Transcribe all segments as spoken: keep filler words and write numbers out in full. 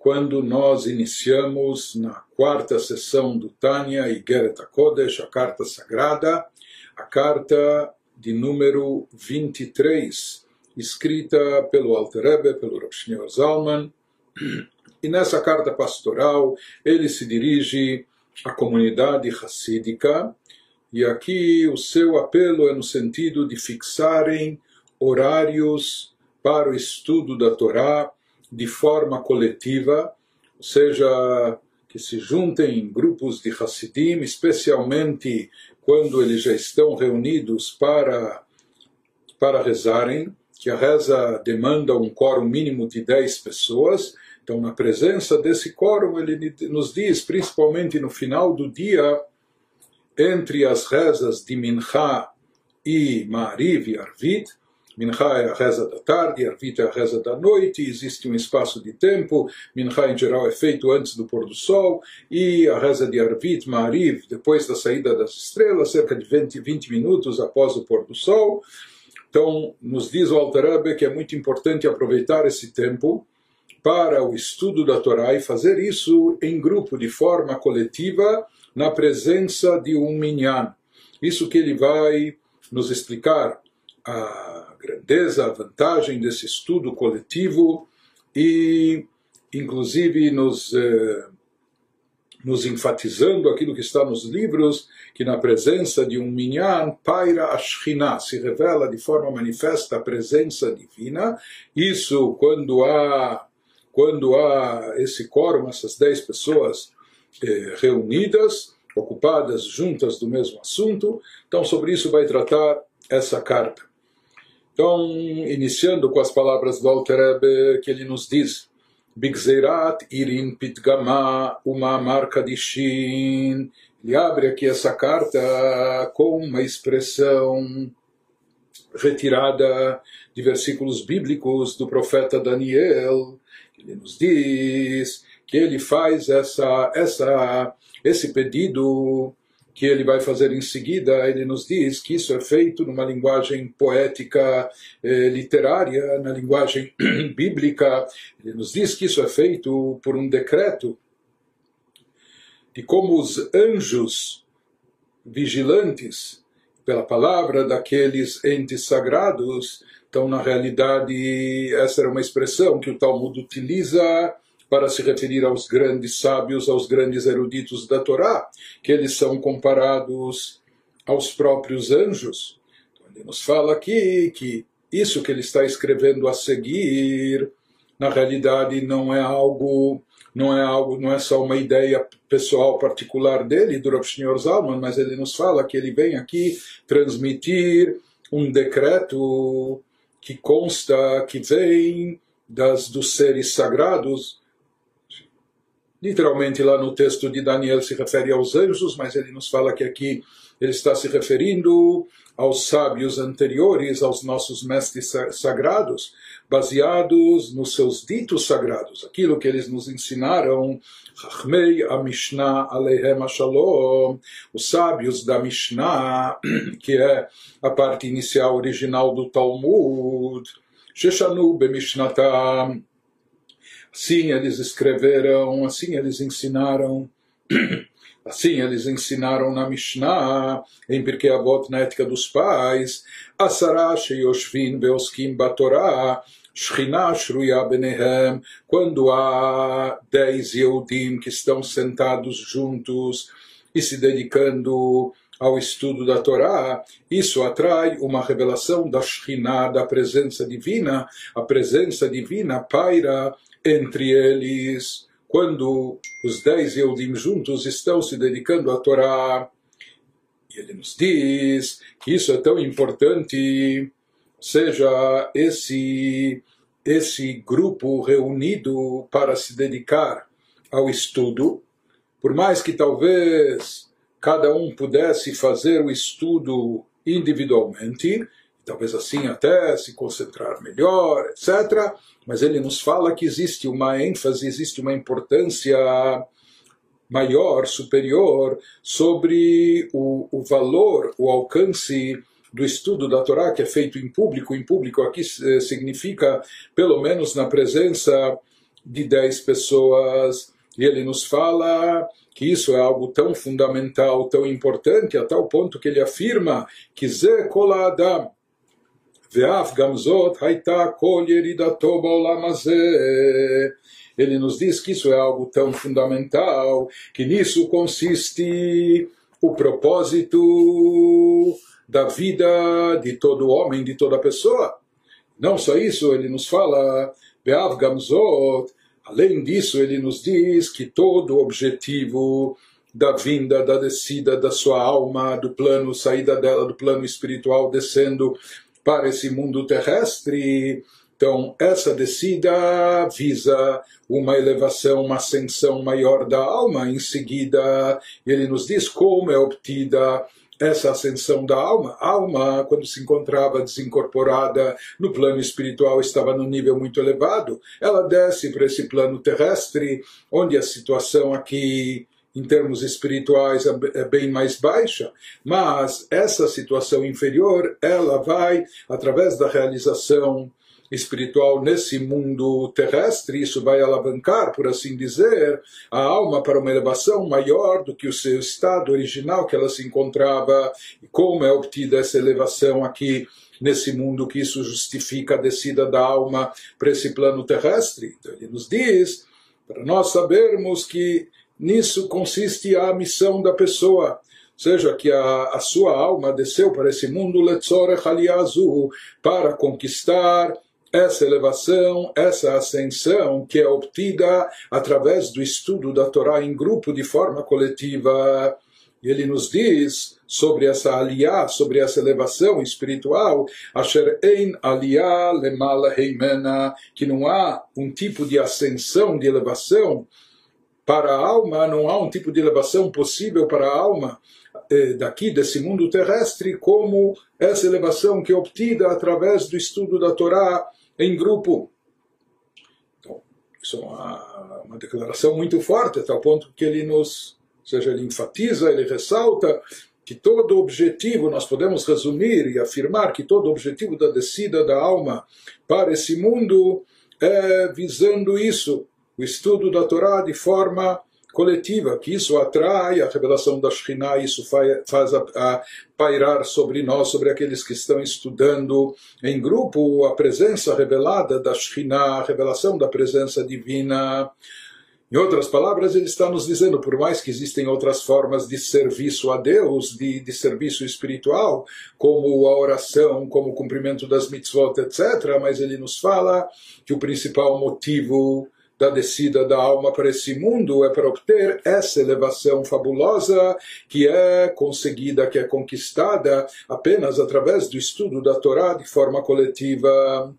quando nós iniciamos na quarta sessão do Tânia Igeret HaKodesh, a carta sagrada, a carta de número vinte e três, escrita pelo Alter Rebbe, pelo Rav Shneur Zalman. E nessa carta pastoral ele se dirige à comunidade hassídica, e aqui o seu apelo é no sentido de fixarem horários para o estudo da Torá de forma coletiva, ou seja, que se juntem em grupos de Hassidim, especialmente quando eles já estão reunidos para, para rezarem, que a reza demanda um quórum mínimo de dez pessoas. Então, na presença desse quórum, ele nos diz, principalmente no final do dia, entre as rezas de Minchá e Ma'ariv e Arvit. Minchá é a reza da tarde, Arvit é a reza da noite, existe um espaço de tempo. Minchá em geral é feito antes do pôr do sol, e a reza de Arvit, Ma'ariv, depois da saída das estrelas, cerca de vinte, vinte minutos após o pôr do sol. Então, nos diz o Alter Rebbe que é muito importante aproveitar esse tempo para o estudo da Torá e fazer isso em grupo, de forma coletiva, na presença de um minyan. Isso que ele vai nos explicar, a grandeza, a vantagem desse estudo coletivo e, inclusive, nos, eh, nos enfatizando aquilo que está nos livros, que na presença de um minyan, paira a Shekhinah, se revela de forma manifesta a presença divina. Isso quando há, quando há esse quórum, essas dez pessoas eh, reunidas, ocupadas juntas do mesmo assunto. Então, sobre isso vai tratar essa carta. Então, iniciando com as palavras do Alter Rebbe, que ele nos diz: Bigzeirat irin pitgama uma marca de shin. Ele abre aqui essa carta com uma expressão retirada de versículos bíblicos do profeta Daniel. Ele nos diz que ele faz essa, essa, esse pedido que ele vai fazer em seguida. Ele nos diz que isso é feito numa linguagem poética, eh, literária, na linguagem bíblica. Ele nos diz que isso é feito por um decreto de como os anjos vigilantes, pela palavra daqueles entes sagrados. Então, na realidade, essa era uma expressão que o Talmud utiliza para se referir aos grandes sábios, aos grandes eruditos da Torá, que eles são comparados aos próprios anjos. Então, ele nos fala aqui que isso que ele está escrevendo a seguir, na realidade, não é algo, não é algo, não é só uma ideia pessoal particular dele, do Rav Shneur Zalman, mas ele nos fala que ele vem aqui transmitir um decreto que consta, que vem das, dos seres sagrados. Literalmente lá no texto de Daniel se refere aos anjos, mas ele nos fala que aqui ele está se referindo aos sábios anteriores, aos nossos mestres sagrados, baseados nos seus ditos sagrados, aquilo que eles nos ensinaram, Chachmei a Mishnah Aleihem Shalom, os sábios da Mishnah, que é a parte inicial original do Talmud, Sheshanu Bemishnatam. Assim eles escreveram, assim eles ensinaram, assim eles ensinaram na Mishnah, em Pirkei Avot, na ética dos pais, Asara sheyoshvin veoskim batorá, Shekhinah shruya benehem, quando há dez Yehudim que estão sentados juntos e se dedicando ao estudo da Torá, isso atrai uma revelação da Shekhinah, da presença divina. A presença divina paira entre eles, quando os dez Yehudim juntos estão se dedicando à Torá. E ele nos diz que isso é tão importante, ou seja, esse, esse grupo reunido para se dedicar ao estudo, por mais que talvez cada um pudesse fazer o estudo individualmente, talvez assim até se concentrar melhor, etcétera, mas ele nos fala que existe uma ênfase, existe uma importância maior, superior, sobre o, o valor, o alcance do estudo da Torá, que é feito em público. Em público aqui significa, pelo menos na presença de dez pessoas. E ele nos fala que isso é algo tão fundamental, tão importante, a tal ponto que ele afirma que Ze Kol Adam Ve'af Gamzot Haita Kol Yeridato Ba'olam Hazeh. Ele nos diz que isso é algo tão fundamental, que nisso consiste o propósito da vida de todo homem, de toda pessoa. Não só isso, ele nos fala, Be'av Gamzot, além disso, ele nos diz que todo o objetivo da vinda, da descida da sua alma, do plano, saída dela do plano espiritual, descendo para esse mundo terrestre, então essa descida visa uma elevação, uma ascensão maior da alma. Em seguida, ele nos diz como é obtida essa ascensão da alma. A alma, quando se encontrava desincorporada no plano espiritual, estava num nível muito elevado. Ela desce para esse plano terrestre, onde a situação aqui, em termos espirituais, é bem mais baixa. Mas essa situação inferior, ela vai, através da realização espiritual nesse mundo terrestre, isso vai alavancar, por assim dizer, a alma para uma elevação maior do que o seu estado original que ela se encontrava. E como é obtida essa elevação aqui nesse mundo, que isso justifica a descida da alma para esse plano terrestre? Então ele nos diz, para nós sabermos que nisso consiste a missão da pessoa, ou seja, que a, a sua alma desceu para esse mundo letzorech aliyah azu, para conquistar essa elevação, essa ascensão que é obtida através do estudo da Torá em grupo de forma coletiva. E ele nos diz sobre essa aliyah, sobre essa elevação espiritual, asher ein aliyah lemala heimena, que não há um tipo de ascensão, de elevação para a alma, não há um tipo de elevação possível para a alma eh, daqui desse mundo terrestre, como essa elevação que é obtida através do estudo da Torá em grupo. Então, isso é uma, uma declaração muito forte, até o ponto que ele nos, ou seja, ele enfatiza, ele ressalta que todo objetivo, nós podemos resumir e afirmar que todo objetivo da descida da alma para esse mundo é visando isso, o estudo da Torá de forma coletiva, que isso atrai a revelação da Shekhinah, isso faz a, a pairar sobre nós, sobre aqueles que estão estudando em grupo, a presença revelada da Shekhinah, a revelação da presença divina. Em outras palavras, ele está nos dizendo, por mais que existem outras formas de serviço a Deus, de, de serviço espiritual, como a oração, como o cumprimento das mitzvot, etcétera, mas ele nos fala que o principal motivo da descida da alma para esse mundo é para obter essa elevação fabulosa que é conseguida, que é conquistada apenas através do estudo da Torá de forma coletiva.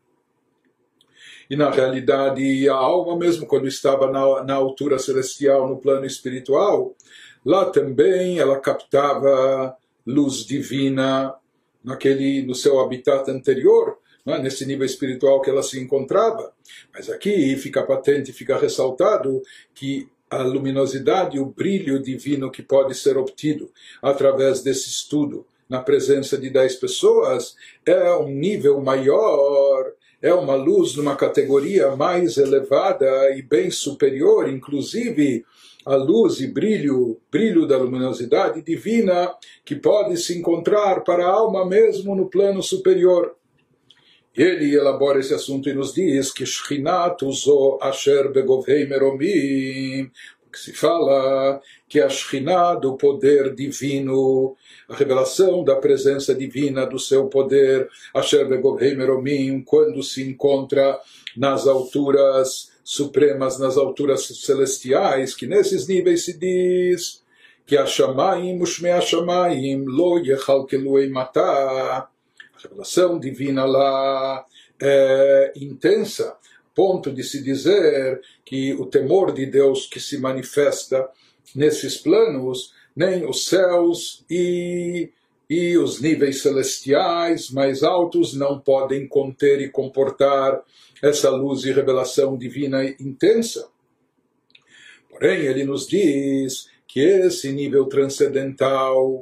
E na realidade a alma, mesmo quando estava na, na altura celestial, no plano espiritual, lá também ela captava luz divina naquele, no seu habitat anterior, não é? Nesse nível espiritual que ela se encontrava. Mas aqui fica patente, fica ressaltado que a luminosidade, o brilho divino que pode ser obtido através desse estudo na presença de dez pessoas é um nível maior, é uma luz numa categoria mais elevada e bem superior, inclusive a luz e brilho, brilho da luminosidade divina que pode se encontrar para a alma mesmo no plano superior. Ele elabora esse assunto e nos diz que Shekhinah zo asher begovhei meromim, que se fala que a Shekhinah do poder divino, a revelação da presença divina do seu poder, asher begovhei meromim, quando se encontra nas alturas supremas, nas alturas celestiais, que nesses níveis se diz que a Shamayim ushmei a Shamayim lo yechalkelu eimatah. A revelação divina lá é intensa, ponto de se dizer que o temor de Deus que se manifesta nesses planos, nem os céus e, e os níveis celestiais mais altos não podem conter e comportar essa luz e revelação divina intensa. Porém, ele nos diz que esse nível transcendental,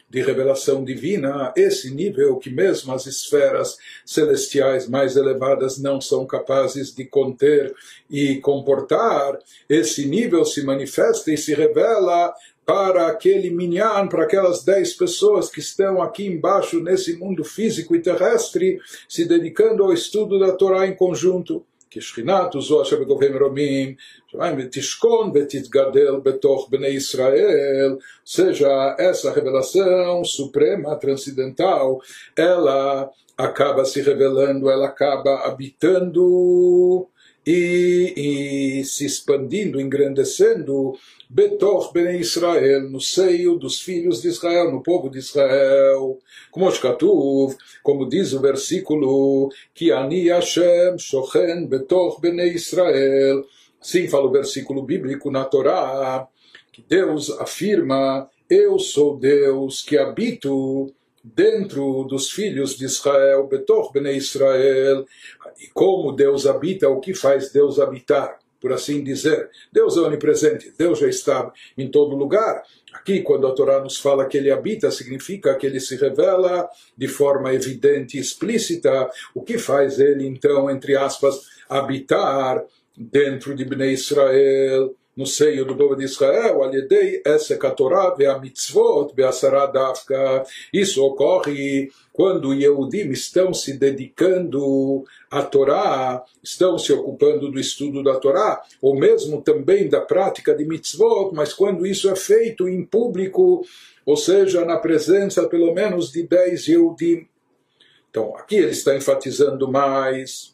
de revelação divina, esse nível que mesmo as esferas celestiais mais elevadas não são capazes de conter e comportar, esse nível se manifesta e se revela para aquele minyan, para aquelas dez pessoas que estão aqui embaixo nesse mundo físico e terrestre, se dedicando ao estudo da Torá em conjunto. כי שכינת הוא זו אשר בגובה מרומים, ותשכון ותתגדל בתוך בני ישראל, ou seja, essa revelação suprema, transcendental, ela acaba se revelando, ela acaba habitando e, e se expandindo, engrandecendo, Betoch Bnei Israel, no seio dos filhos de Israel, no povo de Israel. Como Shkatuv, como diz o versículo, que Ani Hashem Shochen Betoch Bnei Israel. Assim fala o versículo bíblico na Torá, que Deus afirma, eu sou Deus que habito dentro dos filhos de Israel, Betoch Bnei Israel. E como Deus habita, o que faz Deus habitar? Por assim dizer, Deus é onipresente, Deus já está em todo lugar. Aqui, quando a Torá nos fala que ele habita, significa que ele se revela de forma evidente e explícita. O que faz ele, então, entre aspas, habitar dentro de Bnei Israel, no seio do povo de Israel, alidei esek haTorá ve'amitzvot be'asara davka. Isso ocorre quando os Yehudim estão se dedicando à Torá, estão se ocupando do estudo da Torá, ou mesmo também da prática de mitzvot, mas quando isso é feito em público, ou seja, na presença pelo menos de dez Yehudim. Então, aqui ele está enfatizando mais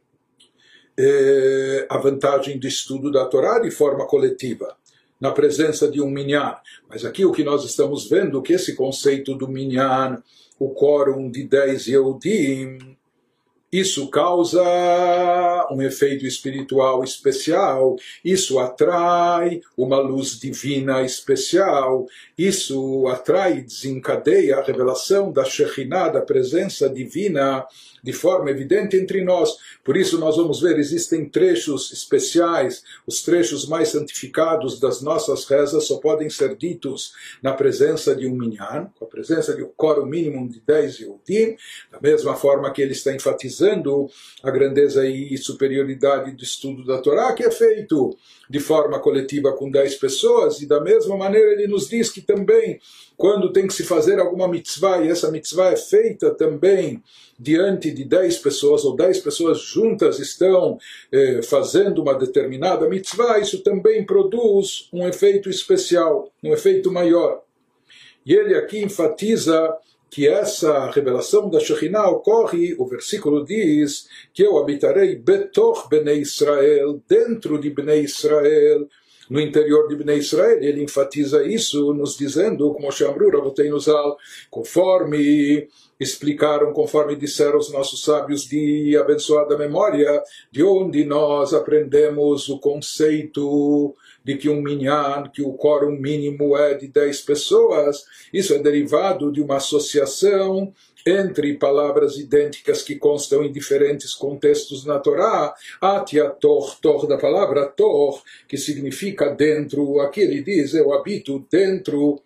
Eh, a vantagem do estudo da Torá de forma coletiva, na presença de um minyan. Mas aqui o que nós estamos vendo, que esse conceito do minyan, o quórum de dez Yehudim, isso causa um efeito espiritual especial, isso atrai uma luz divina especial, isso atrai e desencadeia a revelação da Shekhinah, da presença divina, de forma evidente entre nós. Por isso nós vamos ver, existem trechos especiais, os trechos mais santificados das nossas rezas só podem ser ditos na presença de um minyan, com a presença de um quórum mínimo de dez Yehudim, da mesma forma que ele está enfatizando a grandeza e superioridade do estudo da Torá, que é feito de forma coletiva com dez pessoas, e da mesma maneira ele nos diz que também, quando tem que se fazer alguma mitzvah, e essa mitzvah é feita também diante de dez pessoas, ou dez pessoas juntas estão eh, fazendo uma determinada mitzvah, isso também produz um efeito especial, um efeito maior. E ele aqui enfatiza que essa revelação da Shekhinah ocorre, o versículo diz, que eu habitarei betoch Bnei Israel, dentro de Bnei Israel, no interior de Bnei Israel. Ele enfatiza isso nos dizendo, como Shamru Rabotei Nuzal, conforme explicaram, conforme disseram os nossos sábios de abençoada memória, de onde nós aprendemos o conceito de que um minyan, que o quórum mínimo é de dez pessoas. Isso é derivado de uma associação entre palavras idênticas que constam em diferentes contextos na Torá. Atia tor, tor da palavra tor, que significa dentro. Aqui ele diz, eu habito dentro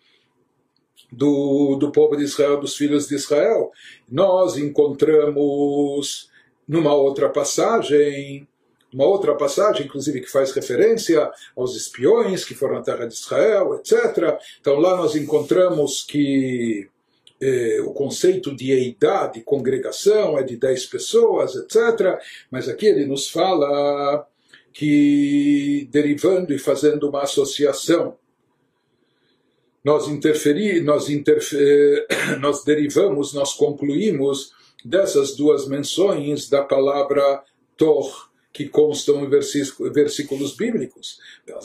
do, do povo de Israel, dos filhos de Israel. Nós encontramos numa outra passagem, uma outra passagem, inclusive, que faz referência aos espiões que foram à terra de Israel, etcétera. Então lá nós encontramos que eh, o conceito de eidá, de congregação, é de dez pessoas, etcétera. Mas aqui ele nos fala que, derivando e fazendo uma associação, nós, interferi, nós, interfer, nós derivamos, nós concluímos dessas duas menções da palavra tor, que constam em versículos bíblicos.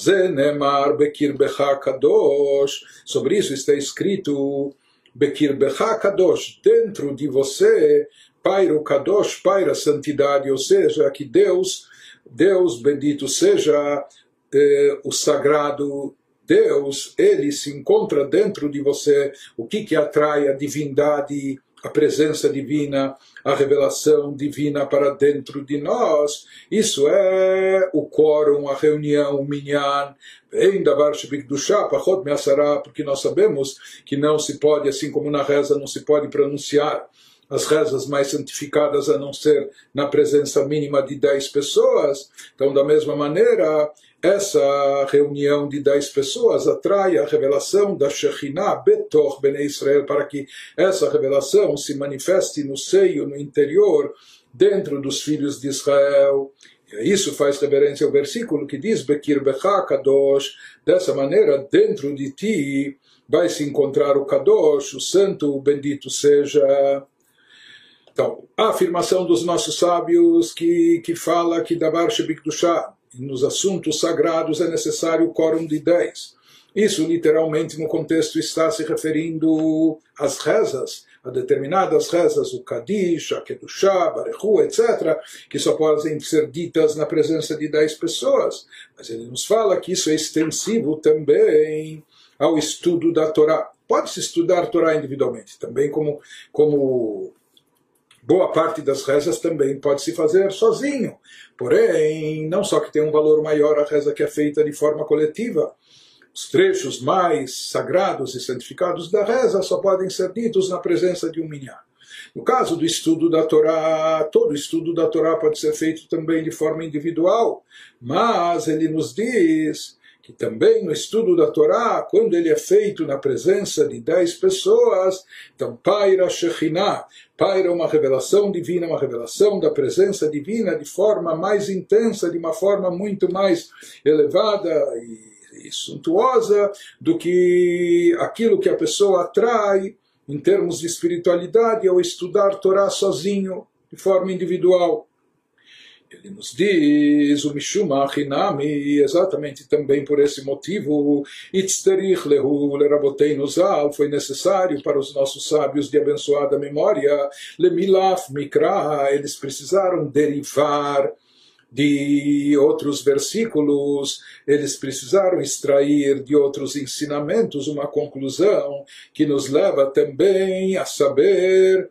Sobre isso está escrito, Bekirbecha Kadosh, dentro de você, paira o Kadosh, paira a santidade, ou seja, que Deus, Deus bendito seja eh, o sagrado Deus, ele se encontra dentro de você. O que que atrai a divindade, a presença divina, a revelação divina para dentro de nós. Isso é o quórum, a reunião, o minyan, em davar shebikdushá, pachot me'asara, porque nós sabemos que não se pode, assim como na reza, não se pode pronunciar as rezas mais santificadas a não ser na presença mínima de dez pessoas. Então, da mesma maneira, essa reunião de dez pessoas atrai a revelação da Shekhinah Betoch Bnei Israel, para que essa revelação se manifeste no seio, no interior, dentro dos filhos de Israel. E isso faz referência ao versículo que diz Bekirbecha Kadosh, dessa maneira, dentro de ti vai se encontrar o Kadosh, o santo, o bendito seja. Então, a afirmação dos nossos sábios que, que fala que Davar Shebikdushá, nos assuntos sagrados, é necessário o quórum de dez. Isso, literalmente, no contexto, está se referindo às rezas, a determinadas rezas, o Kadish, a Kedushá, Barechu, etcétera, que só podem ser ditas na presença de dez pessoas. Mas ele nos fala que isso é extensivo também ao estudo da Torá. Pode-se estudar a Torá individualmente, também como... como boa parte das rezas também pode se fazer sozinho. Porém, não só que tem um valor maior a reza que é feita de forma coletiva, os trechos mais sagrados e santificados da reza só podem ser ditos na presença de um minyan. No caso do estudo da Torá, todo estudo da Torá pode ser feito também de forma individual, mas ele nos diz que também no estudo da Torá, quando ele é feito na presença de dez pessoas, então paira Shekhinah, paira uma revelação divina, uma revelação da presença divina de forma mais intensa, de uma forma muito mais elevada e, e suntuosa do que aquilo que a pessoa atrai em termos de espiritualidade ao estudar Torá sozinho, de forma individual. Ele nos diz, o Mishum Achinami, exatamente também por esse motivo, Itzterich lehu leraboteinu zal, foi necessário para os nossos sábios de abençoada memória, lemilaf mikra, eles precisaram derivar de outros versículos, eles precisaram extrair de outros ensinamentos uma conclusão que nos leva também a saber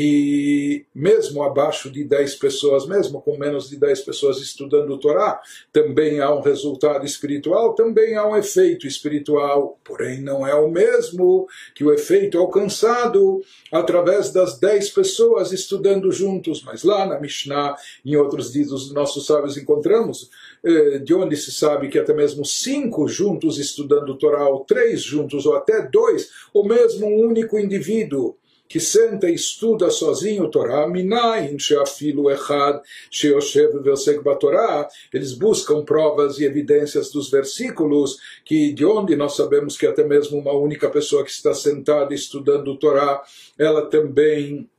que mesmo abaixo de dez pessoas, mesmo com menos de dez pessoas estudando o Torá, também há um resultado espiritual, também há um efeito espiritual, porém não é o mesmo que o efeito alcançado através das dez pessoas estudando juntos. Mas lá na Mishnah, em outros dias dos nossos sábios encontramos, de onde se sabe que até mesmo cinco juntos estudando o Torá, ou três juntos, ou até dois, ou mesmo um único indivíduo que senta e estuda sozinho o Torá, minayin sheafilu echad sheoshev veosek batorá, eles buscam provas e evidências dos versículos, que de onde nós sabemos que até mesmo uma única pessoa que está sentada estudando o Torá, ela também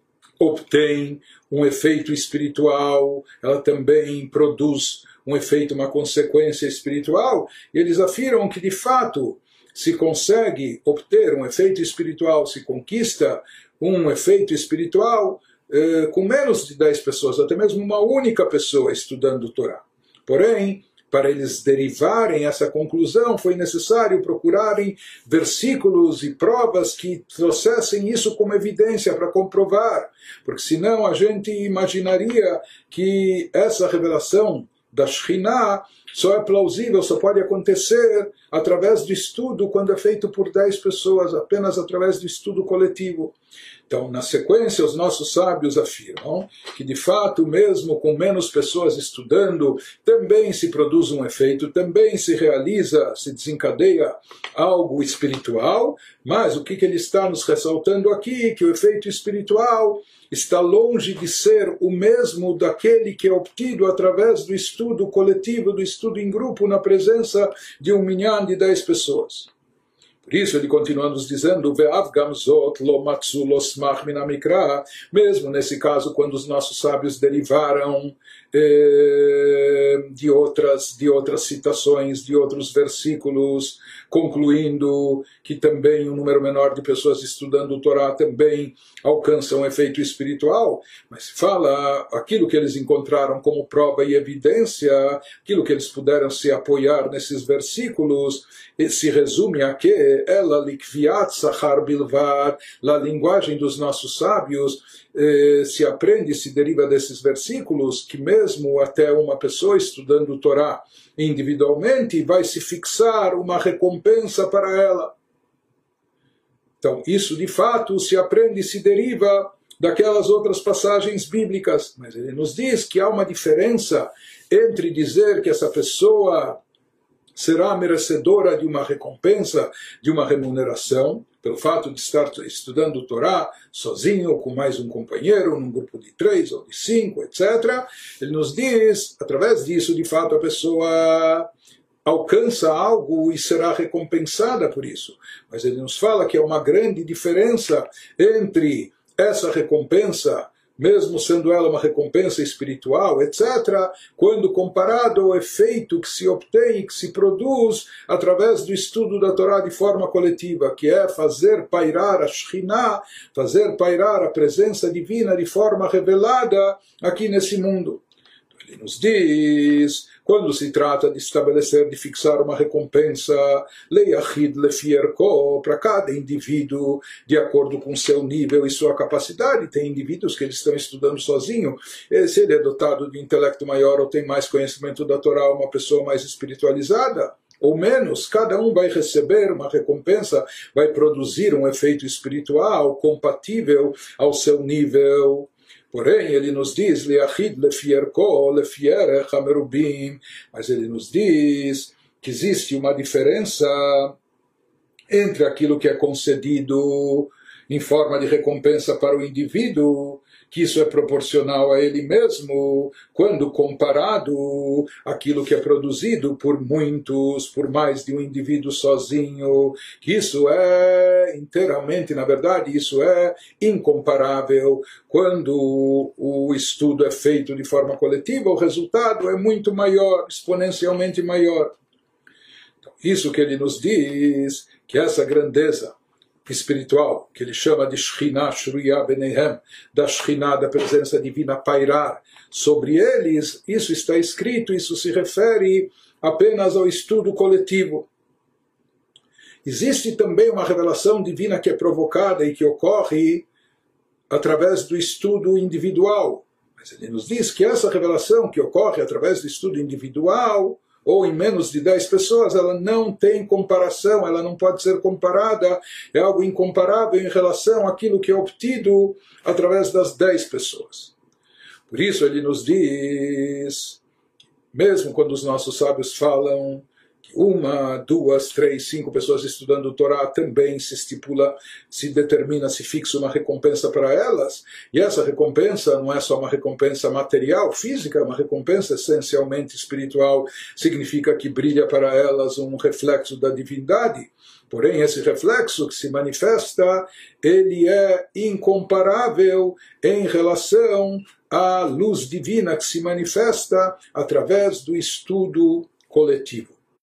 obtém um efeito espiritual, ela também produz um efeito, uma consequência espiritual, e eles afirmam que de fato se consegue obter um efeito espiritual, se conquista um efeito espiritual eh, com menos de dez pessoas, até mesmo uma única pessoa estudando o Torá. Porém, para eles derivarem essa conclusão, foi necessário procurarem versículos e provas que trouxessem isso como evidência para comprovar, porque senão a gente imaginaria que essa revelação da Shekhinah só é plausível, só pode acontecer através do estudo quando é feito por dez pessoas, apenas através do estudo coletivo. Então, na sequência, os nossos sábios afirmam que, de fato, mesmo com menos pessoas estudando, também se produz um efeito, também se realiza, se desencadeia algo espiritual, mas o que, que ele está nos ressaltando aqui, que o efeito espiritual está longe de ser o mesmo daquele que é obtido através do estudo coletivo, do estudo em grupo, na presença de um minyan de dez pessoas. Por isso ele continua nos dizendo, Ve'av gamzot lo matzu lo smach min hamikra, mesmo nesse caso quando os nossos sábios derivaram eh, de, outras, de outras citações, de outros versículos, concluindo que também um número menor de pessoas estudando o Torá também alcançam um efeito espiritual, mas fala aquilo que eles encontraram como prova e evidência, aquilo que eles puderam se apoiar nesses versículos, se resume a que ela likviat sachar bilvad, na linguagem dos nossos sábios, eh, se aprende, se deriva desses versículos, que mesmo até uma pessoa estudando o Torá individualmente vai se fixar uma recompensa para ela. Então, isso de fato se aprende e se deriva daquelas outras passagens bíblicas. Mas ele nos diz que há uma diferença entre dizer que essa pessoa será merecedora de uma recompensa, de uma remuneração, pelo fato de estar estudando o Torá sozinho, ou com mais um companheiro, num grupo de três ou de cinco, etcétera. Ele nos diz, através disso, de fato, a pessoa alcança algo e será recompensada por isso. Mas ele nos fala que há uma grande diferença entre essa recompensa, mesmo sendo ela uma recompensa espiritual, etcétera, quando comparado ao efeito que se obtém, que se produz através do estudo da Torá de forma coletiva, que é fazer pairar a Shekhinah, fazer pairar a presença divina de forma revelada aqui nesse mundo. Ele nos diz, quando se trata de estabelecer, de fixar uma recompensa, leiachid lefierko, para cada indivíduo, de acordo com seu nível e sua capacidade. Tem indivíduos que eles estão estudando sozinho, se ele é dotado de intelecto maior ou tem mais conhecimento da Torá, uma pessoa mais espiritualizada, ou menos, cada um vai receber uma recompensa, vai produzir um efeito espiritual compatível ao seu nível. Porém, ele nos diz, mas ele nos diz que existe uma diferença entre aquilo que é concedido em forma de recompensa para o indivíduo, que isso é proporcional a ele mesmo, quando comparado àquilo que é produzido por muitos, por mais de um indivíduo sozinho, que isso é inteiramente, na verdade, isso é incomparável. Quando o estudo é feito de forma coletiva, o resultado é muito maior, exponencialmente maior. Então, isso que ele nos diz, que essa grandeza espiritual, que ele chama de Shekhinah Shruya Benehem, da Shekhinah, da presença divina pairar sobre eles, isso está escrito, isso se refere apenas ao estudo coletivo. Existe também uma revelação divina que é provocada e que ocorre através do estudo individual. Mas ele nos diz que essa revelação que ocorre através do estudo individual, ou em menos de dez pessoas, ela não tem comparação, ela não pode ser comparada, é algo incomparável em relação àquilo que é obtido através das dez pessoas. Por isso ele nos diz, mesmo quando os nossos sábios falam que uma, duas, três, cinco pessoas estudando o Torá, também se estipula, se determina, se fixa uma recompensa para elas, e essa recompensa não é só uma recompensa material, física, é uma recompensa essencialmente espiritual, significa que brilha para elas um reflexo da divindade. Porém, esse reflexo que se manifesta, ele é incomparável em relação à luz divina que se manifesta através do estudo coletivo.